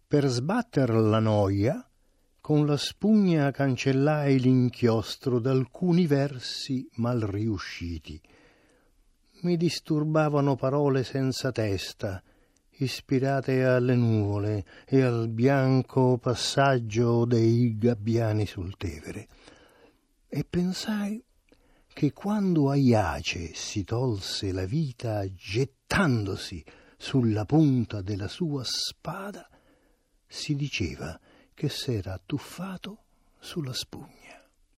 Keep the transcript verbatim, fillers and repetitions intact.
Per sbatter la noia, con la spugna cancellai l'inchiostro d'alcuni versi mal riusciti. Mi disturbavano parole senza testa, ispirate alle nuvole e al bianco passaggio dei gabbiani sul Tevere. E pensai che quando Aiace si tolse la vita gettandosi sulla punta della sua spada, si diceva che s'era tuffato sulla spugna.